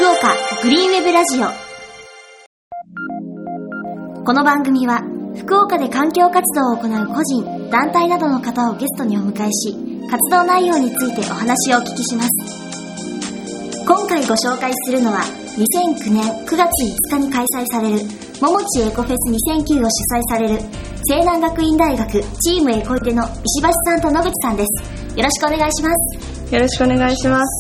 福岡グリーンウェブラジオ。この番組は福岡で環境活動を行う個人、団体などの方をゲストにお迎えし、活動内容についてお話をお聞きします。今回ご紹介するのは2009年9月5日に開催されるももちエコフェス2009を主催される西南学院大学チームエコイデの石橋さんと野口さんです。よろしくお願いします。 よろしくお願いします。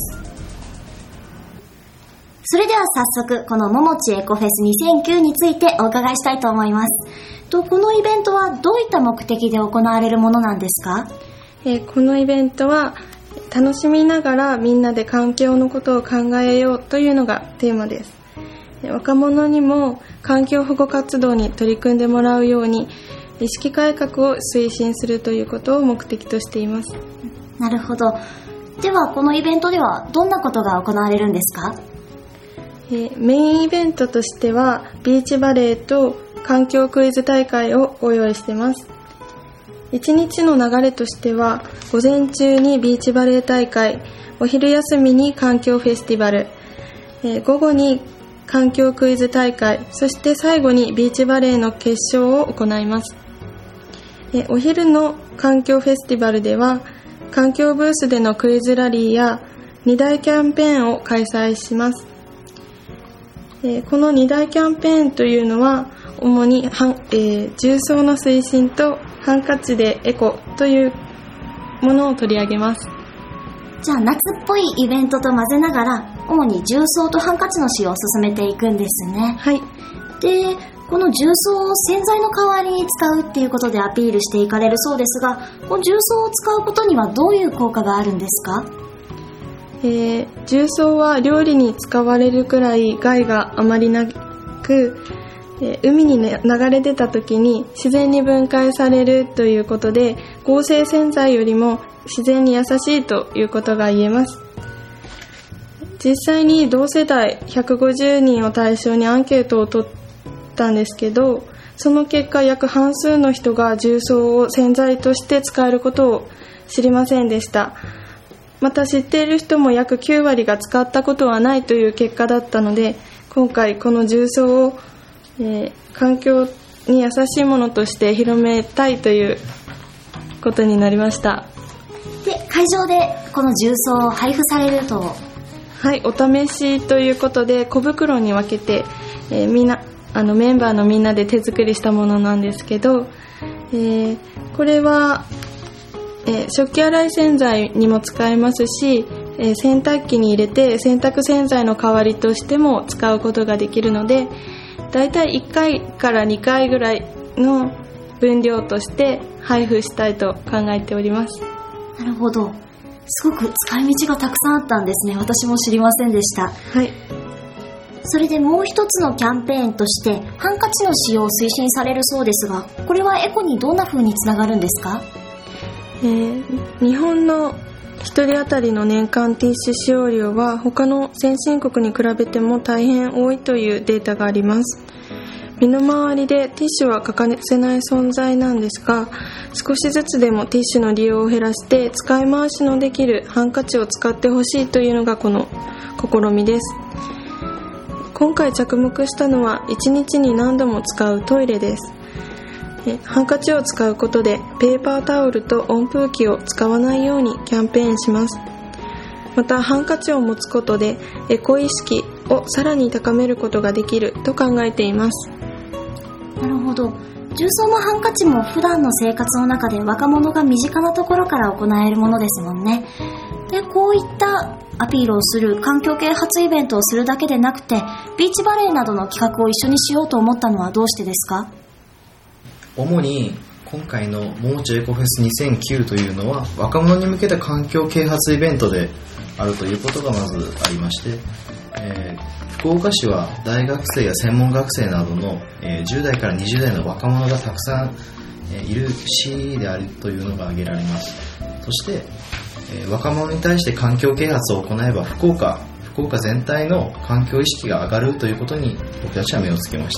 それでは早速このももちエコフェス2009についてお伺いしたいと思います。このイベントはどういった目的で行われるものなんですか？ このイベントは楽しみながらみんなで環境のことを考えようというのがテーマです。若者にも環境保護活動に取り組んでもらうように意識改革を推進するということを目的としています。 なるほど。ではこのイベントではどんなことが行われるんですか？ メインイベントとしてはビーチバレーと環境クイズ大会をご用意しています。一日の流れとしては午前中にビーチバレー大会、お昼休みに環境フェスティバル、午後に環境クイズ大会、そして最後にビーチバレーの決勝を行います。お昼の環境フェスティバルでは環境ブースでのクイズラリーや2大キャンペーンを開催します。この2大キャンペーンというのは主に、重曹の推進とハンカチでエコというものを取り上げます。 じゃあ夏っぽいイベントと混ぜながら主に重曹とハンカチの使用を進めていくんですね。 はい。 で、この重曹を洗剤の代わりに使うっていうことでアピールしていかれるそうですが、この重曹を使うことにはどういう効果があるんですか？ 重曹は料理に使われるくらい害があまりなく、海に、流れ出た時に自然に分解されるということで合成洗剤よりも自然に優しいということが言えます。実際に同世代150人を対象にアンケートを取ったんですけど、その結果約半数の人が重曹を洗剤として使えることを知りませんでした。また知っている人も約9割が使ったことはないという結果だったので、今回この重曹を、環境に優しいものとして広めたいということになりました。 で、会場でこの重曹を配布されると？ はい、お試しということで小袋に分けて、みんなメンバーのみんなで手作りしたものなんですけど、これは食器洗い洗剤にも使えますし、洗濯機に入れて洗濯洗剤の代わりとしても使うことができるので、だいたい1回から2回ぐらいの分量として配布したいと考えております。 なるほど。すごく使い道がたくさんあったんですね。私も知りませんでした。 はい。 それでもう一つのキャンペーンとしてハンカチの使用を推進されるそうですが、これはエコにどんな風につながるんですか？ 日本の1人当たりの年間ティッシュ使用量は他の先進国に比べても大変多いというデータがあります。身の回りでティッシュは欠かせない存在なんですが、少しずつでもティッシュの利用を減らして使い回しのできるハンカチを使ってほしいというのがこの試みです。今回着目したのは1日に何度も使うトイレです。ハンカチを使うことでペーパータオルと温風機を使わないようにキャンペーンします。またハンカチを持つことでエコ意識をさらに高めることができると考えています。 なるほど。重曹もハンカチも普段の生活の中で若者が身近なところから行えるものですもんね。で、こういったアピールをする環境啓発イベントをするだけでなくて、ビーチバレーなどの企画を一緒にしようと思ったのはどうしてですか？ 主に今回のももちエコフェス2009というのは若者に向けた環境啓発イベントであるということがまずありまして、福岡市は大学生や専門学生などの、10代から20代の若者がたくさん、いる市であるというのが挙げられます。そして、若者に対して環境啓発を行えば福岡全体の環境意識が上がるということに僕たちは目をつけました。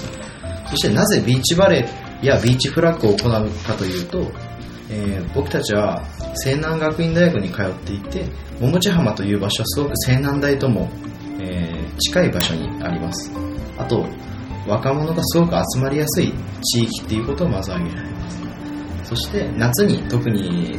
そしてなぜビーチバレーやビーチフラッグを行うかというと、僕たちは西南学院大学に通っていて、桃地浜という場所はすごく西南大とも近い場所にあります。あと若者がすごく集まりやすい地域っていうことをまず挙げられます。そして夏に特に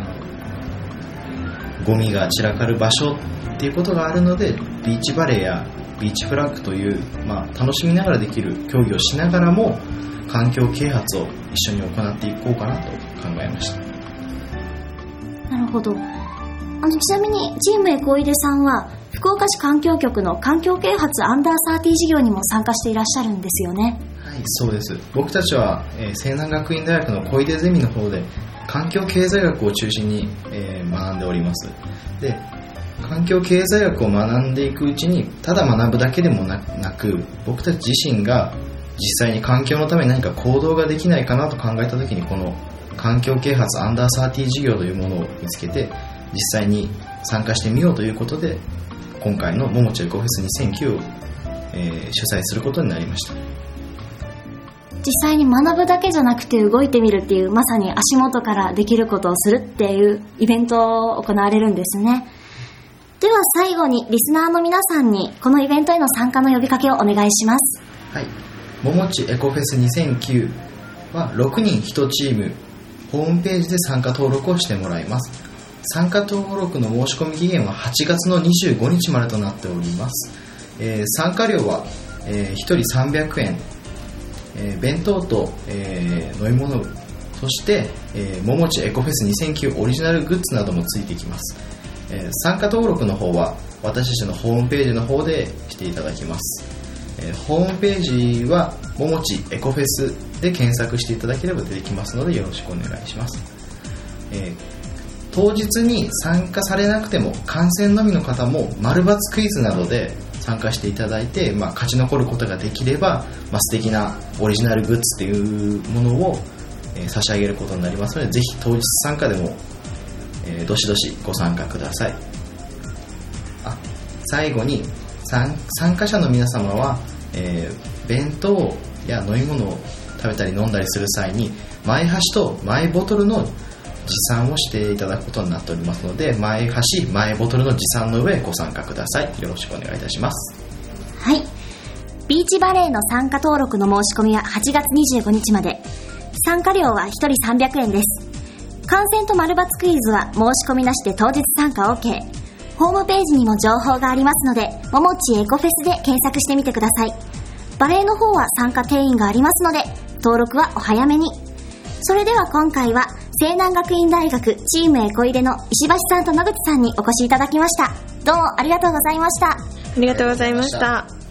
ゴミが散らかる場所っていうことがあるので、ビーチバレーやビーチフラッグという、楽しみながらできる競技をしながらも環境啓発を一緒に行っていこうかなと考えました。 なるほど。ちなみにチームエコイデさんは福岡市環境局の環境啓発アンダー30事業にも参加していらっしゃるんですよね。 はい、そうです。僕たちは、西南学院大学の小出ゼミの方で環境経済学を中心に、学んでおります。で、環境経済学を学んでいくうちにただ学ぶだけでもなく、僕たち自身が実際に環境のために何か行動ができないかなと考えたときに、この環境啓発アンダー30事業というものを見つけて実際に参加してみようということで、今回のももちエコフェス2009を、主催することになりました。 実際に学ぶだけじゃなくて動いてみるっていう、まさに足元からできることをするっていうイベントを行われるんですね。では最後にリスナーの皆さんにこのイベントへの参加の呼びかけをお願いします。 はい、ももちエコフェス2009は6人1チーム、ホームページで参加登録をしてもらいます。参加登録の申し込み期限は8月の25日までとなっております。参加料は、1人300円、弁当と、飲み物、そして、ももちエコフェス2009オリジナルグッズなどもついてきます。参加登録の方は私たちのホームページの方でしていただきます。ホームページはももちエコフェスで検索していただければ出てきますのでよろしくお願いします。当日に参加されなくても観戦のみの方も丸×クイズなどで参加していただいて、勝ち残ることができれば、素敵なオリジナルグッズというものを、差し上げることになりますので、ぜひ当日参加でも、どしどしご参加ください。最後に参加者の皆様は、弁当や飲み物を食べたり飲んだりする際にマイ箸とマイボトルの持参をしていただくことになっておりますので、マイ箸マイボトルの持参の上ご参加ください。よろしくお願いいたします。 はい、ビーチバレーの参加登録の申し込みは8月25日まで。参加料は1人300円です。観戦と丸×クイズは申し込みなしで当日参加 OK。 ホームページにも情報がありますので、ももちエコフェスで検索してみてください。バレーの方は参加定員がありますので登録はお早めに。それでは今回は西南学院大学チームエコイデの石橋さんと野口さんにお越しいただきました。どうもありがとうございました。 ありがとうございました。